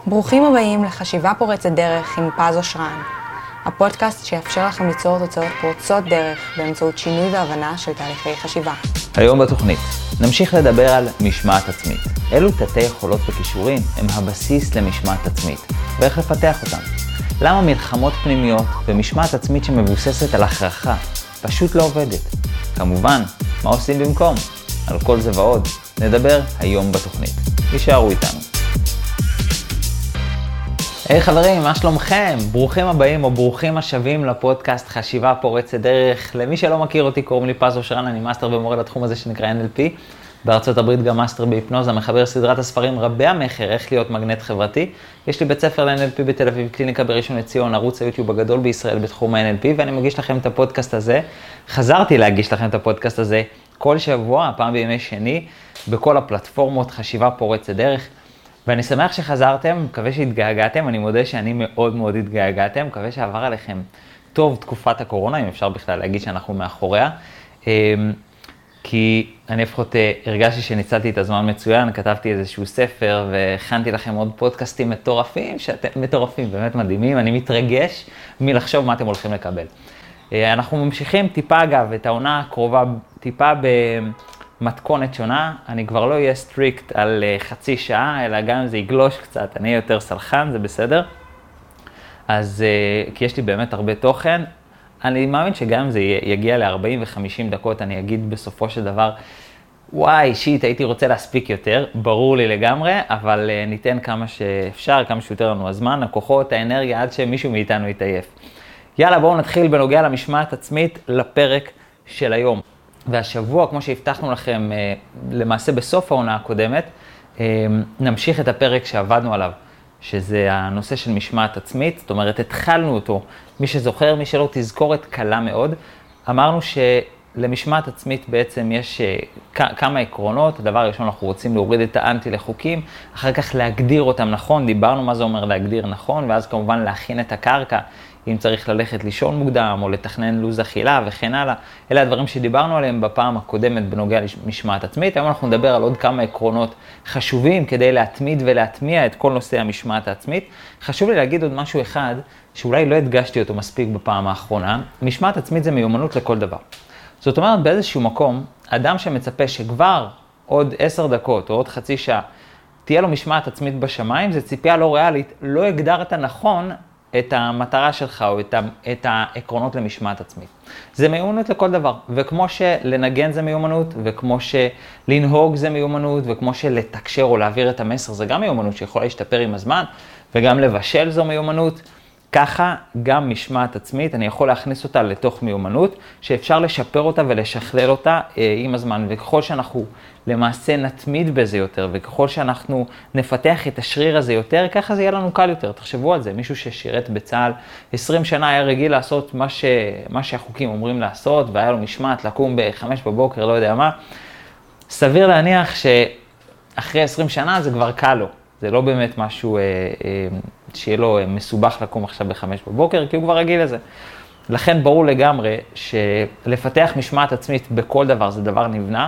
ברוכים הבאים לחשיבה פורצת דרך עם פז אושרן, הפודקאסט שיאפשר לכם ליצור תוצאות פורצות דרך באמצעות שינוי והבנה של תהליכי חשיבה. היום בתוכנית נמשיך לדבר על משמעת עצמית. אילו תתי יכולות וכישורים הם הבסיס למשמעת עצמית, ואיך לפתח אותם. למה מלחמות פנימיות ומשמעת עצמית שמבוססת על הכרחה פשוט לא עובדת. כמובן, מה עושים במקום? על כל זה ועוד נדבר היום בתוכנית. יישארו איתנו. היי חברים, מה שלומכם? ברוכים הבאים או ברוכים השבים לפודקאסט חשיבה פורצת דרך. למי שלא מכיר אותי, קוראים לי פז אושרן, אני מאסטר ומורה לתחום הזה שנקרא NLP. בארצות הברית גם מאסטר בהיפנוזה, מחבר סדרת הספרים רבי המחר, איך להיות מגנט חברתי. יש לי בית ספר ל-NLP בתל אביב, קליניקה בראשון לציון, ערוץ היוטיוב הגדול בישראל בתחום ה-NLP, ואני מגיש לכם את הפודקאסט הזה. חזרתי להגיש לכם את הפודקאסט הזה כל שבוע, הפעם בימי שני, בכל הפלטפורמות חשיבה פורצת דרך. ואני שמח שחזרתם, מקווה שהתגעגעתם, אני מודה שאני מאוד מאוד התגעגעתם, מקווה שעבר עליכם טוב תקופת הקורונה, אם אפשר בכלל להגיד שאנחנו מאחוריה, כי אני לפחות הרגשתי שניצלתי את הזמן מצוין, כתבתי איזשהו ספר והכנתי לכם עוד פודקאסטים מטורפים, שאתם מטורפים, באמת מדהימים, אני מתרגש מלחשוב מה אתם הולכים לקבל. אנחנו ממשיכים טיפה אגב, את העונה הקרובה טיפה מתכונת שונה, אני כבר לא אהיה סטריקט על חצי שעה, אלא גם אם זה יגלוש קצת, אני אהיה יותר סלחן, זה בסדר. אז כי יש לי באמת הרבה תוכן, אני מאמין שגם אם זה יגיע ל-40 ו-50 דקות, אני אגיד בסופו של דבר, וואי, שיט, הייתי רוצה להספיק יותר, ברור לי לגמרי, אבל ניתן כמה שאפשר, כמה שיותר לנו הזמן, הכוחות, האנרגיה, עד שמישהו מאיתנו יתעייף. יאללה, בואו נתחיל בנוגע למשמעת עצמית לפרק של היום. והשבוע, כמו שהבטחנו לכם, למעשה בסוף העונה הקודמת, נמשיך את הפרק שעבדנו עליו, שזה הנושא של משמעת עצמית, זאת אומרת, התחלנו אותו, מי שזוכר, מי שלא, תזכורת קלה מאוד. אמרנו שלמשמעת עצמית בעצם יש כמה עקרונות. הדבר הראשון, אנחנו רוצים להוריד את האנטי לחוקים, אחר כך להגדיר אותם נכון, דיברנו מה זה אומר להגדיר נכון, ואז כמובן להכין את הקרקע, אם צריך ללכת לישון מוקדם או לתכנן לוז אכילה וכן הלאה. אלה הדברים שדיברנו עליהם בפעם הקודמת בנוגע למשמעת עצמית. היום אנחנו נדבר על עוד כמה עקרונות חשובים כדי להתמיד ולהטמיע את כל נושא המשמעת העצמית. חשוב לי להגיד עוד משהו אחד שאולי לא הדגשתי אותו מספיק בפעם האחרונה. משמעת עצמית זה מיומנות לכל דבר. זאת אומרת, באיזשהו מקום, אדם שמצפה שכבר עוד 10 דקות או עוד חצי שעה תהיה לו משמעת עצמית בשמיים, זה ציפייה לא ריאלית, לא הגדרת נכון את המטרה שלך או את העקרונות למשמעת עצמית. זה מיומנות לכל דבר, וכמו שלנגן זה מיומנות, וכמו שלנהוג זה מיומנות, וכמו שלתקשר או להעביר את המסר זה גם מיומנות שיכולה להשתפר עם הזמן, וגם לבשל זו מיומנות, ככה גם משמעת עצמית, אני יכול להכניס אותה לתוך מיומנות, שאפשר לשפר אותה ולשכלל אותה עם הזמן, וככל שאנחנו למעשה נתמיד בזה יותר, וככל שאנחנו נפתח את השריר הזה יותר, ככה זה יהיה לנו קל יותר. תחשבו על זה, מישהו ששירת בצה"ל 20 שנה היה רגיל לעשות מה שהחוקים אומרים לעשות, והיה לו משמעת לקום ב-5 בבוקר, לא יודע מה. סביר להניח שאחרי 20 שנה זה כבר קל לו. זה לא באמת משהו שיהיה לו מסובך לקום עכשיו ב-5 בבוקר, כי הוא כבר רגיל לזה. לכן ברור לגמרי שלפתח משמעת עצמית בכל דבר זה דבר נבנה.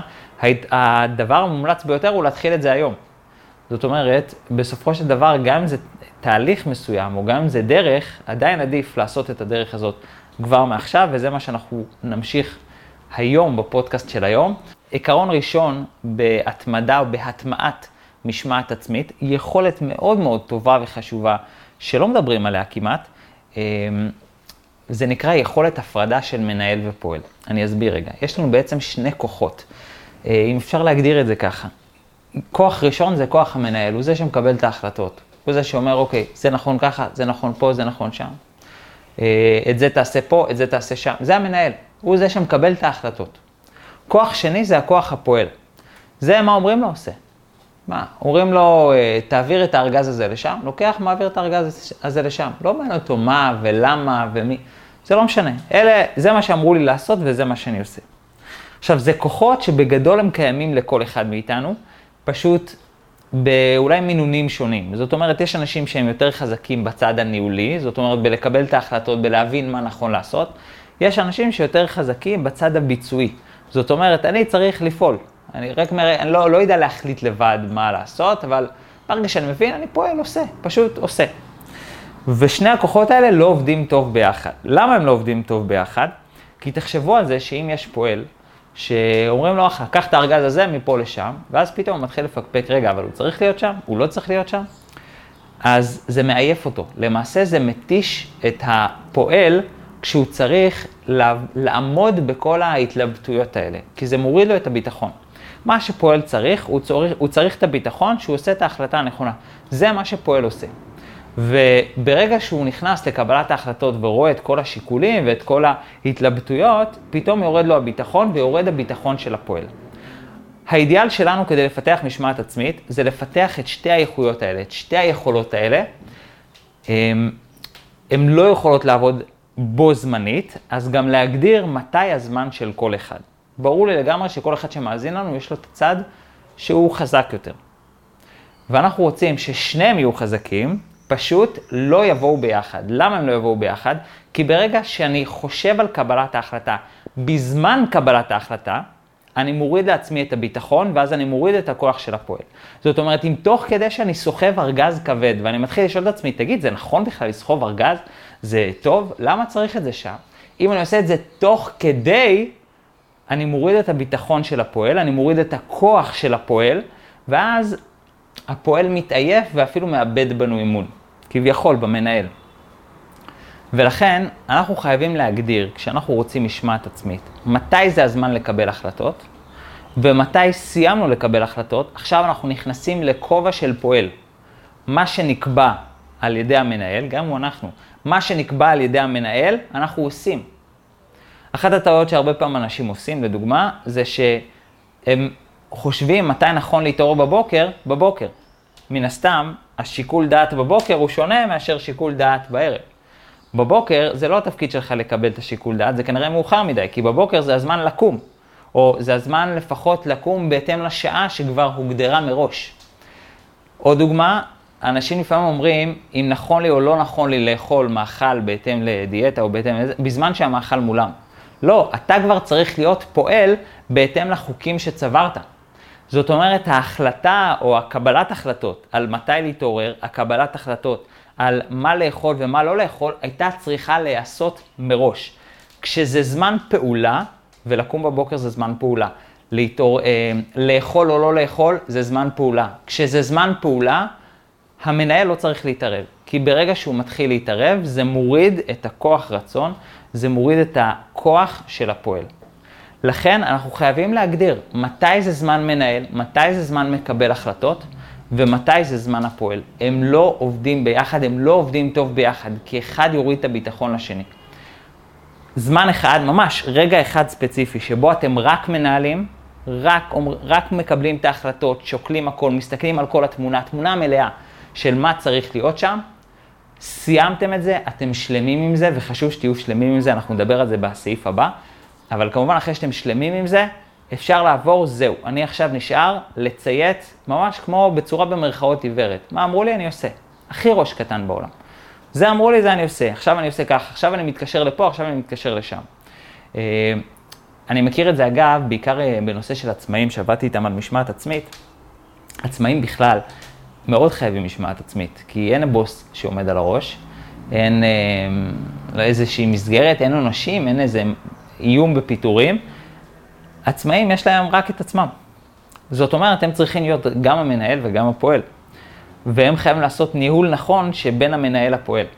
הדבר המומלץ ביותר הוא להתחיל את זה היום. זאת אומרת, בסופו של דבר, גם אם זה תהליך מסוים או גם אם זה דרך, עדיין עדיף לעשות את הדרך הזאת כבר מעכשיו, וזה מה שאנחנו נמשיך היום בפודקאסט של היום. עיקרון ראשון בהתמדה או בהטמעת משמעת עצמית, היא יכולת מאוד מאוד טובה וחשובה שלא מדברים עליה כמעט, זה נקרא יכולת הפרדה של מנהל ופועל. אני אסביר רגע. יש לנו בעצם שני כוחות, אם אפשר להגדיר את זה ככה. כוח ראשון זה כוח המנהל, הוא זה שמקבל את ההחלטות. הוא זה שאומר, אוקיי, זה נכון ככה, זה נכון פה, זה נכון שם. את זה תעשה פה, את זה תעשה שם. זה המנהל, הוא זה שמקבל את ההחלטות. כוח שני זה הכוח הפועל. זה מה אומרים לו עושה. מה? אומרים לו, תעביר את הארגז הזה לשם, לוקח, מעביר את הארגז הזה לשם. לא מעניין אותו מה ולמה ומי, זה לא משנה. זה מה שאמרו לי לעשות וזה מה שאני עושה. עכשיו, זה כוחות שבגדול הם קיימים לכל אחד מאיתנו, פשוט באולי מינונים שונים. זאת אומרת, יש אנשים שהם יותר חזקים בצד הניהולי, זאת אומרת, בלקבל את ההחלטות, בלהבין מה נכון לעשות. יש אנשים שיותר חזקים בצד הביצועי. זאת אומרת, אני צריך לפעול. אני לא יודע להחליט לבד מה לעשות, אבל ברגע שאני מבין, אני פועל, עושה, פשוט עושה. ושני הכוחות האלה לא עובדים טוב ביחד. למה הם לא עובדים טוב ביחד? כי תחשבו על זה שאם יש פועל, שאומרים לו, קח את הארגז הזה מפה לשם, ואז פתאום הוא מתחיל לפקפק, רגע, אבל הוא צריך להיות שם? הוא לא צריך להיות שם? אז זה מעייף אותו. למעשה זה מתיש את הפועל כשהוא צריך לעמוד בכל ההתלבטויות האלה, כי זה מוריד לו את הביטחון. מה שפועל צריך, הוא צריך את הביטחון שהוא עושה את ההחלטה הנכונה. זה מה שפועל עושה. וברגע שהוא נכנס לקבלת ההחלטות ורואה את כל השיקולים ואת כל ההתלבטויות, פתאום יורד לו הביטחון ויורד הביטחון של הפועל. האידיאל שלנו כדי לפתח משמעת עצמית זה לפתח את שתי האיכויות האלה, את שתי היכולות האלה. הן לא יכולות לעבוד בו זמנית, אז גם להגדיר מתי הזמן של כל אחד. ברור לי לגמרי שכל אחד שמאזין לנו יש לו את הצד שהוא חזק יותר. ואנחנו רוצים ששניהם יהיו חזקים, פשוט לא יבואו ביחד. למה הם לא יבואו ביחד? כי ברגע שאני חושב על קבלת ההחלטה, בזמן קבלת ההחלטה, אני מוריד לעצמי את הביטחון, ואז אני מוריד את הכוח של הפועל. זאת אומרת, אם תוך כדי שאני סוחב ארגז כבד, ואני מתחיל לשאול את עצמי, תגיד, זה נכון בכלל לסחוב ארגז? זה טוב? למה צריך את זה שם? אם אני עושה את זה תוך כדי, אני מוריד את הביטחון של הפועל, אני מוריד את הכוח של הפועל, ואז הפועל מתעייף ואפילו מאבד בנו אמון, כביכול במנהל. ולכן אנחנו חייבים להגדיר, כשאנחנו רוצים משמעת עצמית, מתי זה הזמן לקבל החלטות, ומתי סיימנו לקבל החלטות. עכשיו אנחנו נכנסים לכובע של פועל. מה שנקבע על ידי המנהל, גם הוא אנחנו, מה שנקבע על ידי המנהל, אנחנו עושים. אחת הטעויות שהרבה פעמים אנשים עושים, לדוגמה, זה שהם חושבים מתי נכון להתעורר בבוקר. מן הסתם, השיקול דעת בבוקר הוא שונה מאשר שיקול דעת בערב. בבוקר זה לא התפקיד שלך לקבל את השיקול דעת, זה כנראה מאוחר מדי, כי בבוקר זה הזמן לקום, או זה הזמן לפחות לקום בהתאם לשעה שכבר הוגדרה מראש. עוד דוגמה, אנשים לפעמים אומרים, אם נכון לי או לא נכון לי לאכול מאכל בהתאם לדיאטה או בהתאם לזה, בזמן שהמאכל מולם. לא, אתה כבר צריך להיות פועל בהתאם לחוקים שצברת. זאת אומרת, ההחלטה או הקבלת החלטות על מתי להתעורר, הקבלת החלטות על מה לאכול ומה לא לאכול, הייתה צריכה להיעשות מראש. כשזה זמן פעולה, ולקום בבוקר זה זמן פעולה, לאכול או לא לאכול זה זמן פעולה. כשזה זמן פעולה, המנהל לא צריך להתערב, כי ברגע שהוא מתחיל להתערב, זה מוריד את הכוח רצון, זה מוריד את הכוח של הפועל. לכן אנחנו חייבים להגדיר מתי זה זמן מנהל, מתי זה זמן מקבל החלטות, ומתי זה זמן הפועל. הם לא עובדים ביחד, הם לא עובדים טוב ביחד, כי אחד יוריד את הביטחון לשני. זמן אחד, ממש רגע אחד ספציפי, שבו אתם רק מנהלים, רק מקבלים את ההחלטות, שוקלים הכל, מסתכלים על כל התמונה, תמונה מלאה של מה צריך להיות שם, סיימתם את זה, אתם שלמים עם זה, וחשוב שתהיו שלמים עם זה, אנחנו נדבר על זה בסעיף הבא, אבל כמובן אחרי שאתם שלמים עם זה, אפשר לעבור, זהו. אני עכשיו נשאר לציית, ממש כמו בצורה במרכאות עיוורת. מה אמרו לי? אני עושה. הכי ראש קטן בעולם. זה אמרו לי, זה אני עושה. עכשיו אני עושה כך, עכשיו אני מתקשר לפה, עכשיו אני מתקשר לשם. אני מכיר את זה אגב, בעיקר בנושא של עצמאים, שעבדתי איתם על משמעת עצמית. עצמאים בכלל מאוד חייבים משמעת עצמית, כי אין הבוס שעומד על הראש, אין איזושהי מסגרת, אין אנשים, אין איזה איום בפיטורים. עצמאים יש להם רק את עצמם. זאת אומרת, הם צריכים להיות גם המנהל וגם הפועל. והם חייבים לעשות ניהול נכון שבין המנהל לפועל.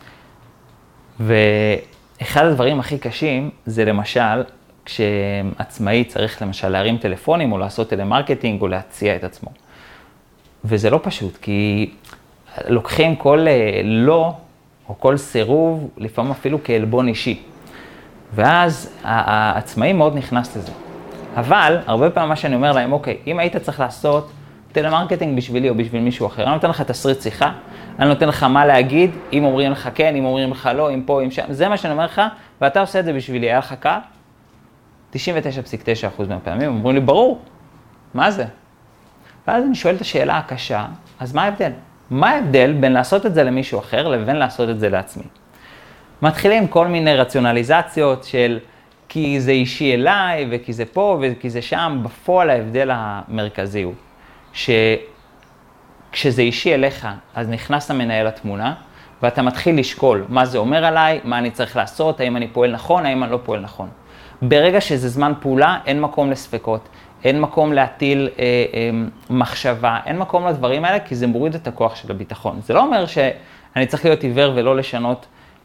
ואחד הדברים הכי קשים זה למשל, כשעצמאי צריך למשל להרים טלפונים או לעשות טלמרקטינג או להציע את עצמו. וזה לא פשוט, כי לוקחים כל לא או כל סירוב, לפעמים אפילו כעלבון אישי. ואז העצמאי מאוד נכנס לזה. אבל הרבה פעמים מה שאני אומר להם, אוקיי, אם היית צריך לעשות טלמרקטינג בשבילי או בשביל מישהו אחר, אני נותן לך תסריט שיחה, אני נותן לך מה להגיד, אם אומרים לך כן, אם אומרים לך לא, אם פה, אם שם, זה מה שאני אומר לך, ואתה עושה את זה בשבילי, היה לך קל? 99.9% מהפעמים אומרים לי, ברור, מה זה? ואז אני שואל את השאלה הקשה, אז מה ההבדל? מה ההבדל בין לעשות את זה למישהו אחר לבין לעשות את זה לעצמי? מתחילים כל מיני רציונליזציות של כי זה אישי אליי וכי זה פה וכי זה שם, בפועל ההבדל המרכזי הוא כשזה אישי אליך, אז נכנס המנהל לתמונה, ואתה מתחיל לשקול מה זה אומר עליי, מה אני צריך לעשות, האם אני פועל נכון, האם אני לא פועל נכון. ברגע שזה זמן פעולה, אין מקום לספקות, אין מקום להטיל מחשבה, אין מקום לדברים האלה, כי זה מוריד את הכוח של הביטחון. זה לא אומר שאני צריך להיות עיוור ולא לשנות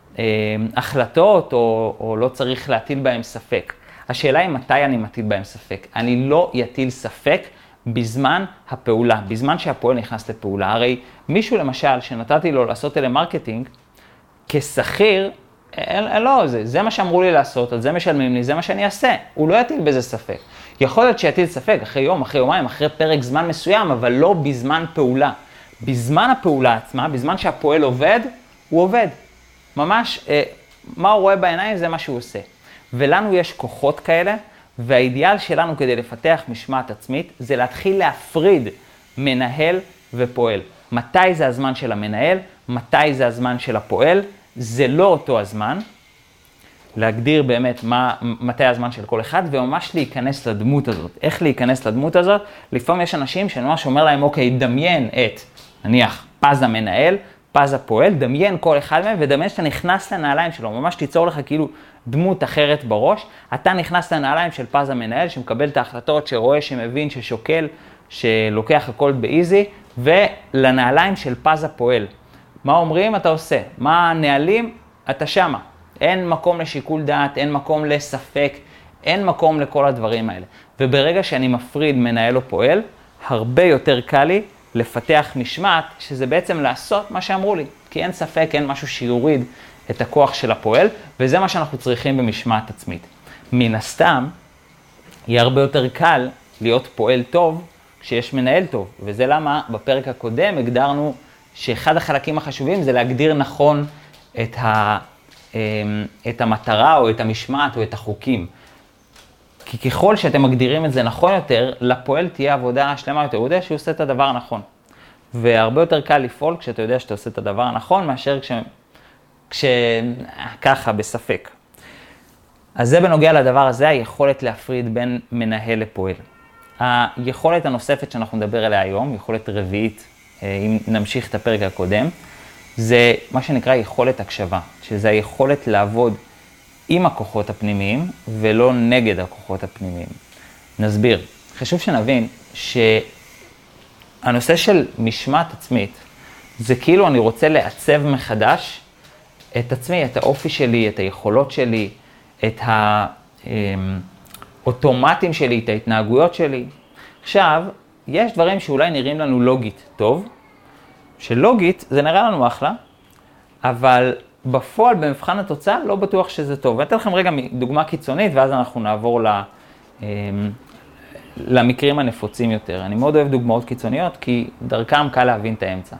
החלטות, או לא צריך להטיל בהם ספק. השאלה היא מתי אני מטיל בהם ספק. אני לא יטיל ספק בזמן הפעולה, בזמן שהפועל נכנס לפעולה. הרי מישהו למשל שנתתי לו לעשות טלמרקטינג, כשכיר, לא, זה מה שאמרו לי לעשות, אז זה משלמים לי, זה מה שאני אעשה. הוא לא יטיל בזה ספק. יכול להיות שיטיל ספק אחרי יום, אחרי יומיים, אחרי פרק זמן מסוים, אבל לא בזמן פעולה. בזמן הפעולה עצמה, בזמן שהפועל עובד, הוא עובד. ממש, מה הוא רואה בעיניים זה מה שהוא עושה. ולנו יש כוחות כאלה, והאידיאל שלנו כדי לפתח משמעת עצמית, זה להתחיל להפריד מנהל ופועל. מתי זה הזמן של המנהל, מתי זה הזמן של הפועל, זה לא אותו הזמן. להגדיר באמת מתי הזמן של כל אחד, וממש להיכנס לדמות הזאת. איך להיכנס לדמות הזאת? לפעמים יש אנשים שממש אומר להם, אוקיי, דמיין את, נניח, פז המנהל, פז הפועל, דמיין כל אחד מהם, ודמיין שאתה נכנס לנעליים שלו, ממש תיצור לך כאילו דמות אחרת בראש. אתה נכנס לנעליים של פז המנהל, שמקבל את ההחלטות, שרואה, שמבין, ששוקל, שלוקח הכל באיזי, ולנעליים של פז הפועל. מה אומרים? אתה עושה. מה הנהלים? אתה שמה. אין מקום לשיקול דעת, אין מקום לספק, אין מקום לכל הדברים האלה. וברגע שאני מפריד מנהל או פועל, הרבה יותר קל לי לפתח משמעת, שזה בעצם לעשות מה שאמרו לי. כי אין ספק, אין משהו שיוריד את הכוח של הפועל, וזה מה שאנחנו צריכים במשמעת עצמית. מן הסתם, יהיה הרבה יותר קל להיות פועל טוב כשיש מנהל טוב. וזה למה בפרק הקודם הגדרנו שאחד החלקים החשובים זה להגדיר נכון את המטרה או את המשמעת או את החוקים. כי ככל שאתם מגדירים את זה נכון יותר, לפועל תהיה עבודה שלמה יותר. הוא יודע שהוא עושה את הדבר הנכון. והרבה יותר קל לפעול כשאתה יודע שאתה עושה את הדבר הנכון, מאשר ככה בספק. אז זה בנוגע לדבר הזה, היכולת להפריד בין מנהל לפועל. היכולת הנוספת שאנחנו נדבר עליה היום, יכולת רביעית, אם נמשיך את הפרק הקודם, זה מה שנקרא יכולת הקשבה, שזה היכולת לעבוד עם הכוחות הפנימיים ולא נגד הכוחות הפנימיים. נסביר. חשוב שנבין שהנושא של משמעת עצמית, זה כאילו אני רוצה לעצב מחדש את עצמי, את האופי שלי, את היכולות שלי, את האוטומטים שלי, את ההתנהגויות שלי. עכשיו, יש דברים שאולי נראים לנו לוגית טוב, שלוגית זה נראה לנו אחלה, אבל בפועל במבחן התוצאה לא בטוח שזה טוב. ואני אתן לכם רגע דוגמה קיצונית, ואז אנחנו נעבור למקרים הנפוצים יותר. אני מאוד אוהב דוגמאות קיצוניות, כי דרכם קל להבין את האמצע.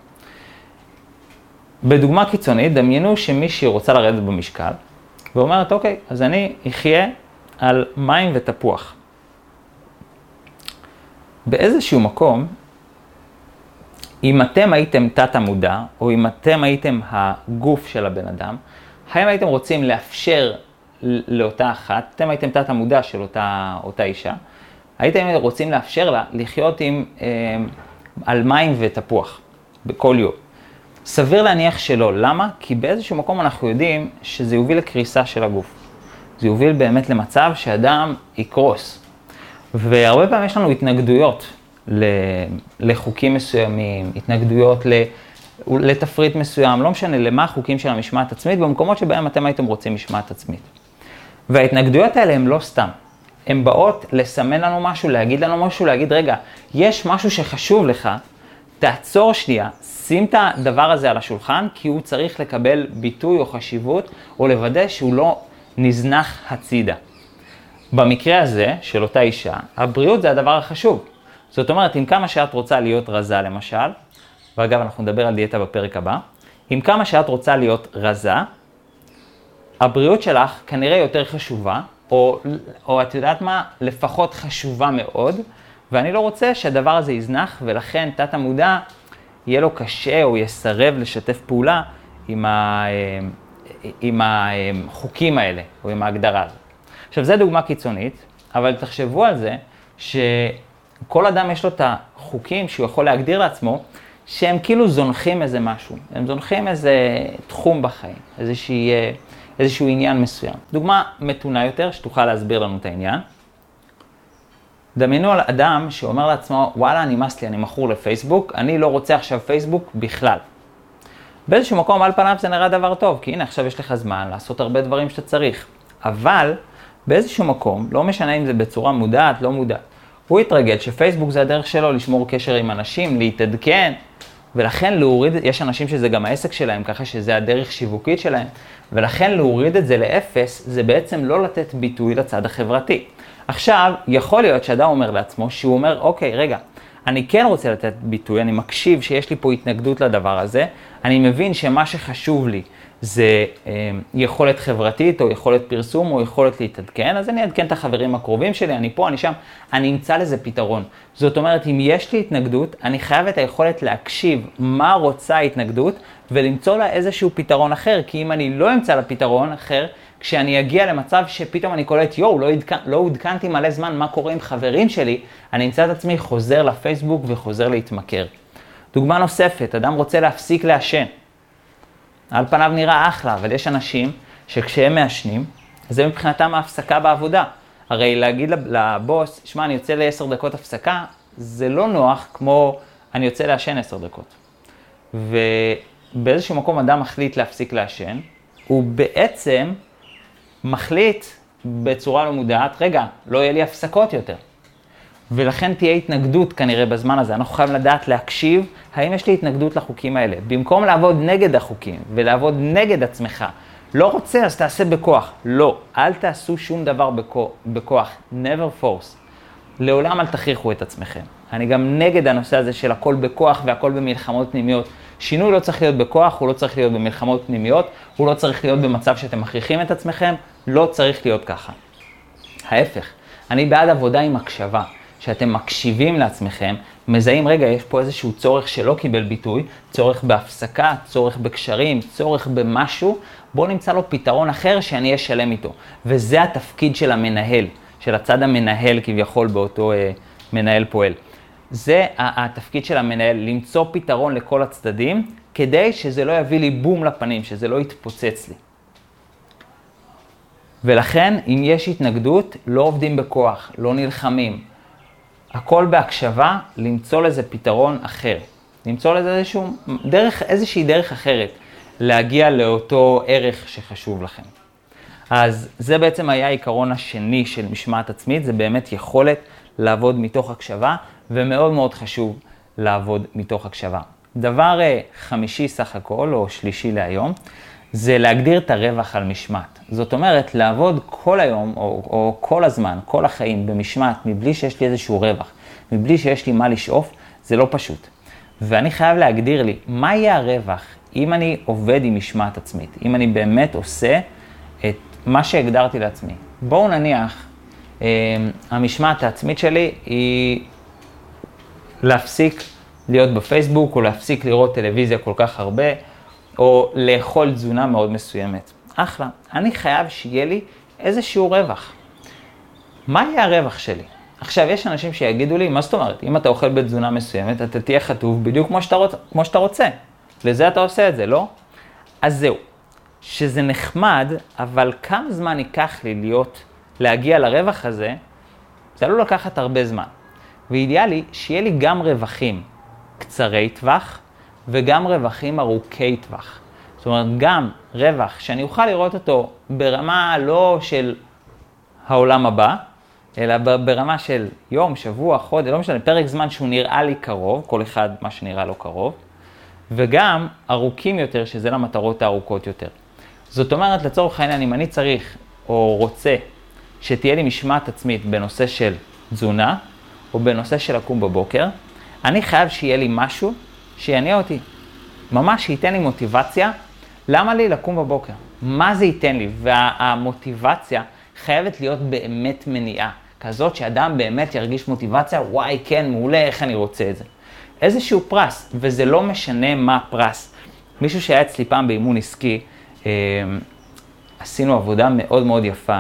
בדוגמה קיצונית, דמיינו שמישהי רוצה לרדת במשקל, ואומרת, אוקיי, אז אני אחיה על מים ותפוח. באיזשהו מקום, אם אתם הייתם תת המודע, או אם אתם הייתם הגוף של הבן אדם, האם הייתם רוצים לאפשר לאותה אחת, אתם הייתם תת המודע של אותה אישה, הייתם רוצים לאפשר לה לחיות על מים ותפוח בכל יום. סביר להניח שלא. למה? כי באיזשהו מקום אנחנו יודעים שזה יוביל לקריסה של הגוף. זה יוביל באמת למצב שאדם יקרוס. והרבה פעמים יש לנו התנגדויות לחוקים מסוימים, התנגדויות לתפריט מסוים, לא משנה למה החוקים של המשמעת עצמית, במקומות שבהם אתם הייתם רוצים משמעת עצמית. וההתנגדויות האלה הן לא סתם. הן באות לסמן לנו משהו, להגיד לנו משהו, להגיד, רגע, יש משהו שחשוב לך, תעצור שנייה, שים את הדבר הזה על השולחן, כי הוא צריך לקבל ביטוי או חשיבות, או לוודא שהוא לא נזנח הצידה. במקרה הזה, של אותה אישה, הבריאות זה הדבר החשוב. זאת אומרת, עם כמה שאת רוצה להיות רזה למשל, ואגב אנחנו נדבר על דיאטה בפרק הבא, עם כמה שאת רוצה להיות רזה, הבריאות שלך כנראה יותר חשובה, או את יודעת מה, לפחות חשובה מאוד, ואני לא רוצה שהדבר הזה יזנח, ולכן תת המודע יהיה לו קשה או יסרב לשתף פעולה עם החוקים האלה, או עם ההגדרה הזאת. עכשיו, זו דוגמה קיצונית, אבל תחשבו על זה שכל אדם יש לו את החוקים שהוא יכול להגדיר לעצמו, שהם כאילו זונחים איזה משהו, הם זונחים איזה תחום בחיים, איזשהו עניין מסוים. דוגמה מתונה יותר, שתוכל להסביר לנו את העניין. דמיינו על אדם שאומר לעצמו, וואלה, נמאס לי, אני מכור לפייסבוק, אני לא רוצה עכשיו פייסבוק בכלל. באיזשהו מקום על פניו זה נראה דבר טוב, כי הנה עכשיו יש לך זמן לעשות הרבה דברים שאתה צריך. אבל באיזשהו מקום, לא משנה אם זה בצורה מודעת, לא מודעת, הוא יתרגל שפייסבוק זה הדרך שלו לשמור קשר עם אנשים, להתעדכן, ולכן להוריד, יש אנשים שזה גם העסק שלהם, ככה שזה הדרך שיווקית שלהם, ולכן להוריד את זה לאפס, זה בעצם לא לתת ביטוי לצד החברתי. עכשיו, יכול להיות שאדם אומר לעצמו, שהוא אומר, אוקיי, רגע, אני כן רוצה לתת ביטוי, אני מקשיב שיש לי פה התנגדות לדבר הזה, אני מבין שמה שחשוב לי זה יכולת חברתית, או יכולת פרסום, או יכולת להתעדכן, אז אני אעדכן את החברים הקרובים שלי, אני פה, אני שם, אני אמצא לזה פתרון. זאת אומרת, אם יש לי התנגדות, אני חייב את היכולת להקשיב מה רוצה ההתנגדות, ולמצוא לה איזשהו פתרון אחר, כי אם אני לא אמצא לה פתרון אחר, כשאני אגיע למצב שפתאום אני קולט, לא עודכנתי מלא זמן מה קורה עם חברים שלי, אני אמצא את עצמי חוזר לפייסבוק וחוזר להתמכר. דוגמה נוספת, אדם רוצה להפסיק לעשן. על פניו נראה אחלה, אבל יש אנשים שכשהם מעשנים, זה מבחינתם ההפסקה בעבודה. הרי להגיד לבוס, שמע, אני יוצא ל10 דקות הפסקה, זה לא נוח כמו אני יוצא לעשן 10 דקות. ובאיזשהו מקום אדם מחליט להפסיק לעשן, הוא בעצם מחליט בצורה לא מודעת, רגע, לא יהיה לי הפסקות יותר. ולכן תהיה התנגדות כנראה בזמן הזה. אנחנו חייבים לדעת להקשיב, האם יש לי התנגדות לחוקים האלה. במקום לעבוד נגד החוקים ולעבוד נגד עצמך, לא רוצה אז תעשה בכוח. לא, אל תעשו שום דבר בכוח. never force. לעולם אל תכריחו את עצמכם. אני גם נגד הנושא הזה של הכל בכוח והכל במלחמות פנימיות. שינוי לא צריך להיות בכוח, הוא לא צריך להיות במלחמות פנימיות, הוא לא צריך להיות במצב שאתם מכריחים את עצמכם, לא צריך להיות ככה. ההפך, אני בעד עבודה עם הקשבה. שאתם מקשיבים לעצמכם, מזהים, רגע, יש פה איזשהו צורך שלא קיבל ביטוי, צורך בהפסקה, צורך בקשרים, צורך במשהו, בואו נמצא לו פתרון אחר שאני אשלם איתו. וזה התפקיד של המנהל, של הצד המנהל כביכול באותו מנהל פועל. זה התפקיד של המנהל, למצוא פתרון לכל הצדדים, כדי שזה לא יביא לי בום לפנים, שזה לא יתפוצץ לי. ולכן, אם יש התנגדות, לא עובדים בכוח, לא נלחמים. הכל בהקשבה, למצוא לזה פתרון אחר. למצוא לזה איזושהי דרך אחרת, להגיע לאותו ערך שחשוב לכם. אז זה בעצם היה העיקרון השני של משמעת עצמית, זה באמת יכולת לעבוד מתוך הקשבה, ומאוד מאוד חשוב לעבוד מתוך הקשבה. דבר חמישי סך הכל, או שלישי להיום, זה להגדיר את הרווח על משמעת. זאת אומרת, לעבוד כל היום, או כל הזמן, כל החיים, במשמעת, מבלי שיש לי איזשהו רווח, מבלי שיש לי מה לשאוף, זה לא פשוט. ואני חייב להגדיר לי, מה יהיה הרווח אם אני עובד עם משמעת עצמית? אם אני באמת עושה את מה שהגדרתי לעצמי. בואו נניח, המשמעת העצמית שלי היא להפסיק להיות בפייסבוק, או להפסיק לראות טלוויזיה כל כך הרבה, או לאכול תזונה מאוד מסוימת. אחלה, אני חייב שיהיה לי איזשהו רווח. מה יהיה הרווח שלי? עכשיו, יש אנשים שיגידו לי, מה זאת אומרת? אם אתה אוכל בתזונה מסוימת, אתה תהיה חטוף בדיוק כמו שאתה רוצה. לזה אתה עושה את זה, לא? אז זהו, שזה נחמד, אבל כמה זמן ייקח לי להגיע לרווח הזה, זה לא לקחת הרבה זמן. ואידיאלי, שיהיה לי גם רווחים קצרי טווח, וגם רווחים ארוכי טווח. זאת אומרת, גם רווח שאני אוכל לראות אותו ברמה לא של העולם הבא, אלא ברמה של יום, שבוע, חודש, לא משנה, פרק זמן שהוא נראה לי קרוב, כל אחד מה שנראה לו קרוב, וגם ארוכים יותר, שזה למטרות הארוכות יותר. זאת אומרת, לצורך העניין, אם אני צריך או רוצה שתהיה לי משמעת עצמית בנושא של תזונה, או בנושא של לקום בבוקר, אני חייב שיהיה לי משהו שיניע אותי. ממש ייתן לי מוטיבציה, למה לי לקום בבוקר? מה זה ייתן לי? והמוטיבציה חייבת להיות באמת מניעה. כזאת שאדם באמת ירגיש מוטיבציה, וואי, כן, מעולה, איך אני רוצה את זה. איזשהו פרס, וזה לא משנה מה הפרס. מישהו שהיה אצלי פעם באימון עסקי, עשינו עבודה מאוד מאוד יפה,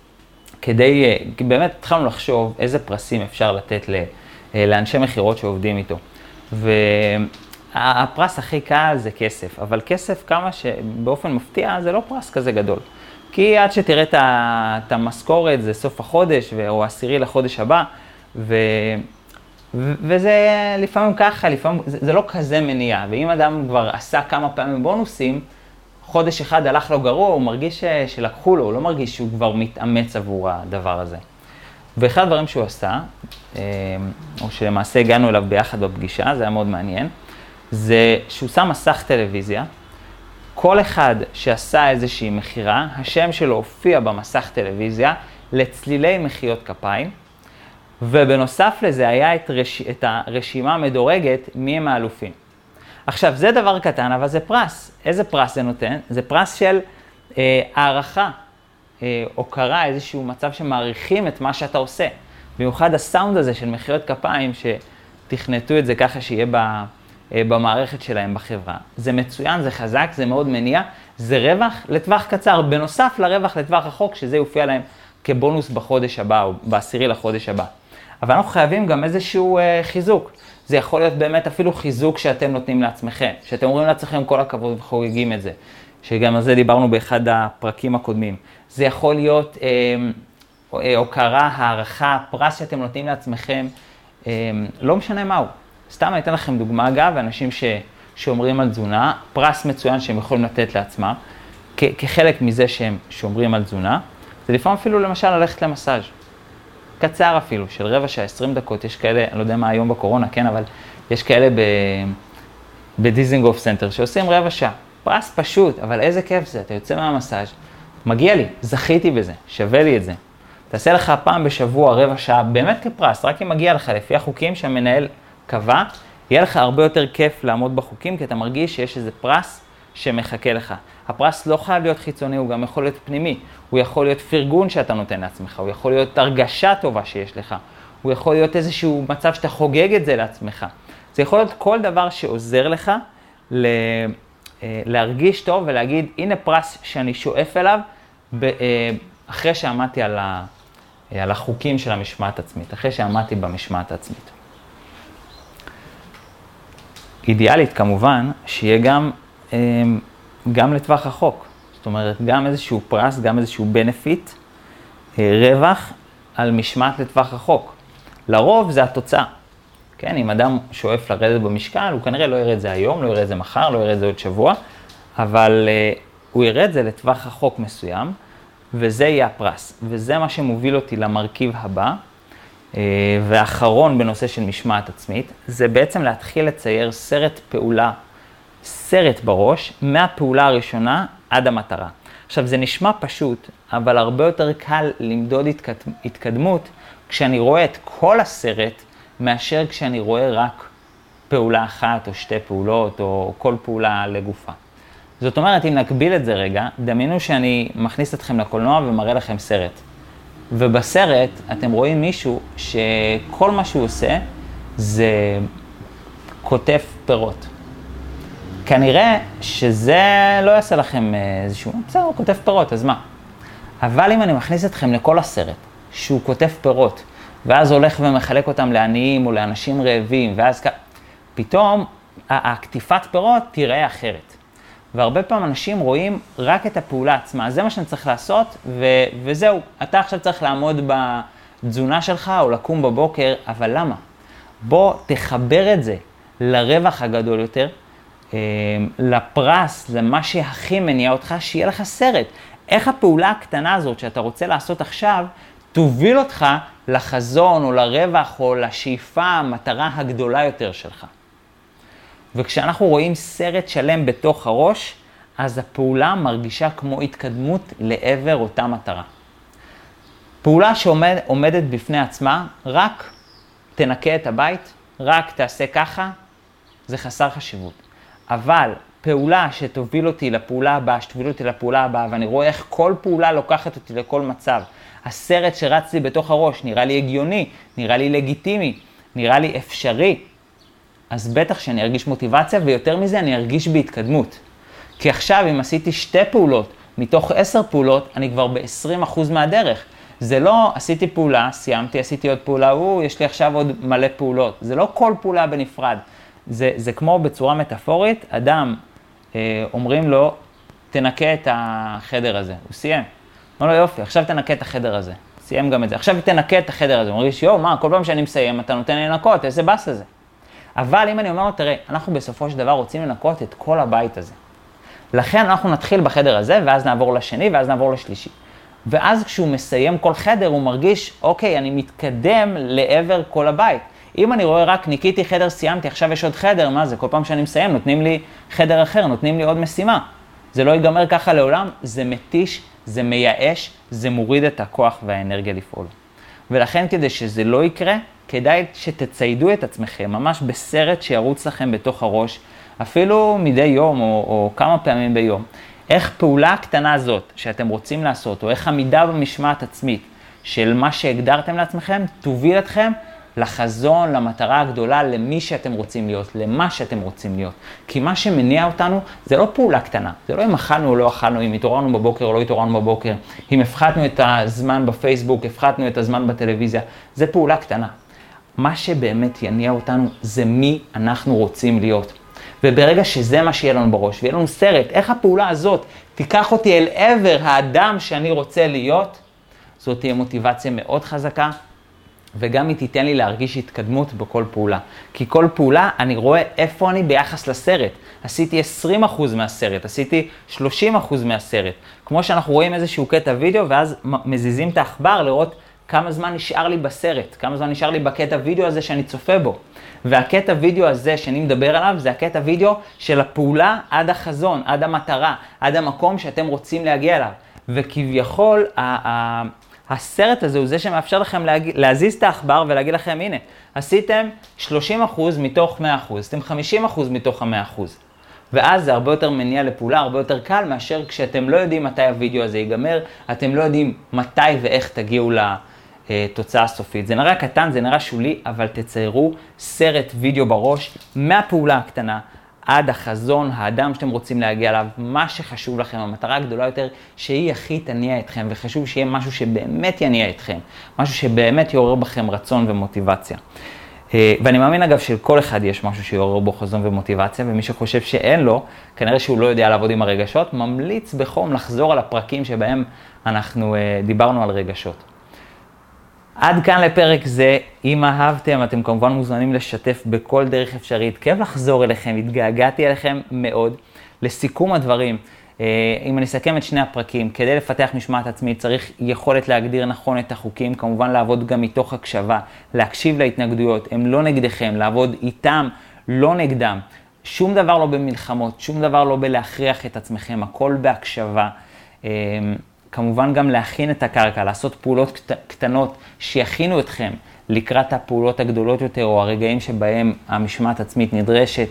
באמת התחלנו לחשוב איזה פרסים אפשר לתת לאנשי מחירות שעובדים איתו. הפרס הכי קל זה כסף, אבל כסף כמה שבאופן מפתיע זה לא פרס כזה גדול. כי עד שתראה את המשכורת, זה סוף החודש או 10 לחודש הבא, וזה לפעמים ככה, לפעמים זה לא כזה מניע. ואם אדם כבר עשה כמה פעמים בונוסים, חודש אחד הלך לו גרוע, הוא מרגיש שלקחו לו, הוא לא מרגיש שהוא כבר מתאמץ עבור הדבר הזה. ואחד הדברים שהוא עשה, או שלמעשה הגענו אליו ביחד בפגישה, זה היה מאוד מעניין, זה שהוא שם מסך טלוויזיה, כל אחד שעשה איזושהי מחירה, השם שלו הופיע במסך טלוויזיה לצלילי מחיאות כפיים, ובנוסף לזה היה את הרשימה המדורגת מי הם האלופים. עכשיו, זה דבר קטן, אבל זה פרס. איזה פרס זה נותן? זה פרס של הערכה, הוקרה, איזשהו מצב שמעריכים את מה שאתה עושה. במיוחד הסאונד הזה של מחיאות כפיים, שתכנתו את זה ככה שיהיה במערכת שלהם בחברה. זה מצוין, זה חזק, זה מאוד מניע, זה רווח לטווח קצר, בנוסף לרווח לטווח רחוק, שזה יופיע להם כבונוס בחודש הבא, או ב10 לחודש הבא. אבל אנחנו חייבים גם איזשהו חיזוק. זה יכול להיות באמת אפילו חיזוק שאתם נותנים לעצמכם, שאתם אומרים לעצמכם כל הכבוד וחוגגים את זה, שגם על זה דיברנו באחד הפרקים הקודמים. זה יכול להיות הוקרה, הערכה, פרס שאתם נותנים לעצמכם, לא משנה מהו. סתם אני אתן לכם דוגמה אגב, אנשים שאומרים על תזונה, פרס מצוין שהם יכולים לתת לעצמם, כחלק מזה שהם שומרים על תזונה, זה לפעמים אפילו למשל ללכת למסאז' קצר אפילו, של רבע שעה, 20 דקות, יש כאלה, אני לא יודע מה היום בקורונה, כן, אבל יש כאלה בדיזינגוף סנטר שעושים רבע שעה. פרס פשוט, אבל איזה כיף זה, אתה יוצא מהמסאז', מגיע לי, זכיתי בזה, שווה לי את זה. תעשה לך פעם בשבוע רבע שעה, באמת כפרס, רק אם מגיע לך לפי החוקים שהמנהל קבע, יהיה לך הרבה יותר כיף לעמוד בחוקים, כי אתה מרגיש שיש איזה פרס שמחכה לך. הפרס לא חייב להיות חיצוני, הוא גם יכול להיות פנימי. הוא יכול להיות פרגון שאתה נותן לעצמך, הוא יכול להיות הרגשה טובה שיש לך, הוא יכול להיות איזשהו מצב שאתה חוגג את זה לעצמך. זה יכול להיות כל דבר שעוזר לך להרגיש טוב ולהגיד, הנה פרס שאני שואף אליו, אחרי שעמדתי על החוקים של המשמעת עצמית, אחרי שעמדתי במשמעת עצמית. אידיאלית כמובן, שיהיה גם לטווח רחוק. זאת אומרת, גם איזשהו פרס, גם איזשהו בנפיט, רווח על משמעת לטווח רחוק. לרוב זה התוצאה. כן, אם אדם שואף לרדת במשקל, הוא כנראה לא יראה את זה היום, לא יראה את זה מחר, לא יראה את זה עוד שבוע, אבל הוא יראה את זה לטווח רחוק מסוים, וזה יהיה הפרס. וזה מה שמוביל אותי למרכיב הבא, והאחרון בנושא של משמעת עצמית, זה בעצם להתחיל לצייר סרט בראש, מהפעולה הראשונה עד המטרה. עכשיו, זה נשמע פשוט, אבל הרבה יותר קל למדוד התקדמות כשאני רואה את כל הסרט, מאשר כשאני רואה רק פעולה אחת או 2 פעולות או כל פעולה לגופה. זאת אומרת, אם נקביל את זה רגע, דמיינו שאני מכניס אתכם לקולנוע ומראה לכם סרט. ובסרט אתם רואים מישהו שכל מה שהוא עושה זה קוטף פירות. כנראה שזה לא יעשה לכם איזשהו, בסדר, הוא קוטף פירות, אז מה? אבל אם אני מכניס אתכם לכל הסרט, שהוא קוטף פירות, ואז הולך ומחלק אותם לעניים או לאנשים רעבים, ואז פתאום הקטיפת פירות תיראה אחרת. והרבה פעמים אנשים רואים רק את הפעולה עצמה, זה מה שאני צריך לעשות, וזהו, אתה עכשיו צריך לעמוד בתזונה שלך או לקום בבוקר, אבל למה? בוא תחבר את זה לרווח הגדול יותר, לפרס, למה שהכי מניע אותך, שיהיה לך סרט. איך הפעולה הקטנה הזאת שאתה רוצה לעשות עכשיו, תוביל אותך לחזון או לרווח או לשאיפה, המטרה הגדולה יותר שלך. וכשאנחנו רואים סרט שלם בתוך הראש, אז הפעולה מרגישה כמו התקדמות לעבר אותה מטרה. פעולה שעומדת בפני עצמה, רק תנקה את הבית, רק תעשה ככה, זה חסר חשיבות. אבל פעולה שתוביל אותי לפעולה הבאה, שתוביל אותי לפעולה הבאה, ואני רואה איך כל פעולה לוקחת אותי לכל מצב. הסרט שרץ לי בתוך הראש נראה לי הגיוני, נראה לי לגיטימי, נראה לי אפשרי. אז בטח שאני ארגיש מוטיבציה, ויותר מזה אני ארגיש בהתקדמות. כי עכשיו אם עשיתי 2 פעולות מתוך 10 פעולות, אני כבר ב-20% מהדרך. זה לא עשיתי פעולה, סיימתי, עשיתי עוד פעולה, יש לי עכשיו עוד מלא פעולות. זה לא כל פעולה בנפרד. זה כמו בצורה מטאפורית, אדם אומרים לו, תנקה את החדר הזה. הוא סיים. אומר לו, יופי, עכשיו תנקה את החדר הזה. סיים גם את זה. עכשיו תנקה את החדר הזה. הוא מרגיש, כל פעם שאני מסיים, אתה נותן לי לנקות, איזה בס הזה. אבל אם אני אומר לו, תראה, אנחנו בסופו של דבר רוצים לנקות את כל הבית הזה. לכן אנחנו נתחיל בחדר הזה, ואז נעבור לשני, ואז נעבור לשלישי. ואז כשהוא מסיים כל חדר, הוא מרגיש, אוקיי, אני מתקדם לעבר כל הבית. אם אני רואה רק ניקיתי חדר, סיימתי, עכשיו יש עוד חדר, מה זה? כל פעם שאני מסיים, נותנים לי חדר אחר, נותנים לי עוד משימה. זה לא ייגמר ככה לעולם, זה מתיש, זה מייאש, זה מוריד את הכוח והאנרגיה לפעול. ולכן כדי שזה לא יקרה, כדאי שתציידו את עצמכם, ממש בסרט שירוץ לכם בתוך הראש, אפילו מדי יום או כמה פעמים ביום. איך פעולה הקטנה הזאת שאתם רוצים לעשות, או איך עמידה במשמעת עצמית של מה שהגדרתם לעצמכם, תוביל אתכם לחזון, למטרה הגדולה, למי שאתם רוצים להיות, למה שאתם רוצים להיות. כי מה שמניע אותנו זה לא פעולה קטנה. זה לא אם אכלנו או לא אכלנו, אם התעוררנו בבוקר או לא התעוררנו בבוקר, אם הפחתנו את הזמן בפייסבוק, הפחתנו את הזמן בטלוויזיה. זה פעולה קטנה. מה שבאמת יניע אותנו זה מי אנחנו רוצים להיות. וברגע שזה מה שיהיה לנו בראש, ויהיה לנו סרט, איך הפעולה הזאת תיקח אותי אל עבר האדם שאני רוצה להיות, זאת תהיה מוטיבציה מאוד חזקה, וגם היא תיתן לי להרגיש התקדמות בכל פעולה. כי כל פעולה אני רואה איפה אני ביחס לסרט. עשיתי 20% מהסרט, עשיתי 30% מהסרט. כמו שאנחנו רואים איזשהו קטע וידאו, ואז מזיזים את העכבר לראות כמה זמן נשאר לי בסרט, כמה זמן נשאר לי בקטע וידאו הזה שאני צופה בו. והקטע וידאו הזה שאני מדבר עליו, זה הקטע וידאו של הפעולה עד החזון, עד המטרה, עד המקום שאתם רוצים להגיע אליו. וכביכול, הסרט הזה הוא זה שמאפשר לכם להזיז את העכבר ולהגיד לכם, הנה, עשיתם 30% מתוך 100%, עשיתם 50% מתוך 100%. ואז זה הרבה יותר מניע לפעולה, הרבה יותר קל מאשר כשאתם לא יודעים מתי הוידאו הזה ייגמר, אתם לא יודעים מתי ואיך תגיעו לתוצאה הסופית. זה נראה קטן, זה נראה שולי, אבל תציירו סרט וידאו בראש מהפעולה הקטנה עד החזון, האדם שאתם רוצים להגיע אליו, מה שחשוב לכם, המטרה הגדולה יותר שהיא הכי תניע אתכם, וחשוב שיהיה משהו שבאמת יניע אתכם, משהו שבאמת יעורר בכם רצון ומוטיבציה. ואני מאמין אגב שלכל אחד יש משהו שיעורר בו חזון ומוטיבציה, ומי שחושב שאין לו, כנראה שהוא לא יודע לעבוד עם הרגשות, ממליץ בחום לחזור על הפרקים שבהם אנחנו דיברנו על רגשות. עד כאן לפרק זה, אם אהבתם, אתם כמובן מוזמנים לשתף בכל דרך אפשרית, כיף לחזור אליכם, התגעגעתי אליכם מאוד. לסיכום הדברים, אם אני אסכם את שני הפרקים, כדי לפתח משמעת עצמית צריך יכולת להגדיר נכון את החוקים, כמובן לעבוד גם מתוך הקשבה, להקשיב להתנגדויות, הם לא נגדכם, לעבוד איתם, לא נגדם. שום דבר לא במלחמות, שום דבר לא בלהכריח את עצמכם, הכל בהקשבה. כמובן גם להכין את הקרקע, לעשות פעולות קטנות שיכינו אתכם לקראת הפעולות הגדולות יותר, או הרגעים שבהם המשמעת עצמית נדרשת,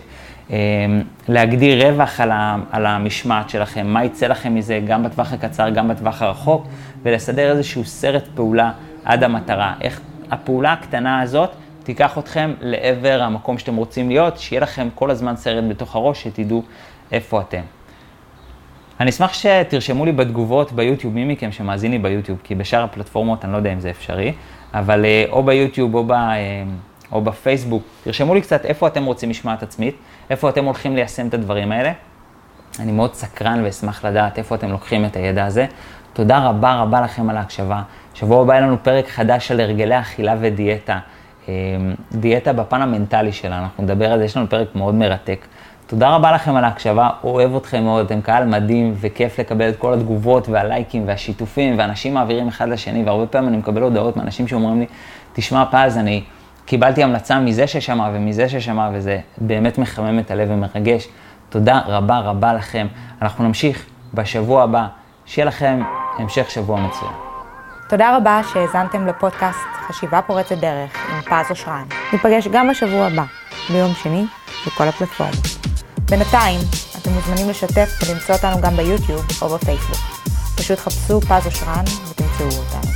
להגדיר רווח על המשמעת שלכם, מה יצא לכם מזה גם בטווח הקצר, גם בטווח הרחוק, ולסדר איזשהו סרט פעולה עד המטרה. איך הפעולה הקטנה הזאת תיקח אתכם לעבר המקום שאתם רוצים להיות, שיהיה לכם כל הזמן סרט בתוך הראש, שתדעו איפה אתם. אני אשמח שתרשמו לי בתגובות ביוטיוב, מי מכם שמאזין לי ביוטיוב, כי בשאר הפלטפורמות אני לא יודע אם זה אפשרי, אבל או ביוטיוב או בפייסבוק, תרשמו לי קצת איפה אתם רוצים משמעת עצמית, איפה אתם הולכים ליישם את הדברים האלה. אני מאוד סקרן ואשמח לדעת איפה אתם לוקחים את הידע הזה. תודה רבה רבה לכם על ההקשבה. שבוע הבא לנו פרק חדש של הרגלי אכילה ודיאטה, דיאטה בפן המנטלי שלה, אנחנו נדבר על זה, יש לנו פרק מאוד מרתק. תודה רבה לכם על ההקשבה, אוהב אתכם מאוד, אתם קהל מדהים וכיף לקבל את כל התגובות והלייקים והשיתופים, ואנשים מעבירים אחד לשני, והרבה פעמים אני מקבל הודעות מאנשים שאומרים לי, תשמע פז, אני קיבלתי המלצה מזה ששמע ומזה ששמע, וזה באמת מחמם את הלב ומרגש. תודה רבה רבה לכם. אנחנו נמשיך בשבוע הבא, שיהיה לכם המשך שבוע מצוין. תודה רבה שהאזנתם לפודקאסט חשיבה פורצת דרך עם פז אושרן. ניפגש גם בשבוע הבא, ביום שני, בכל הפלטפורמות. בינתיים, אתם מוזמנים לשתף ולמצוא אותנו גם ביוטיוב או בפייסבוק. פשוט חפשו פז אושרן ותמצאו אותנו.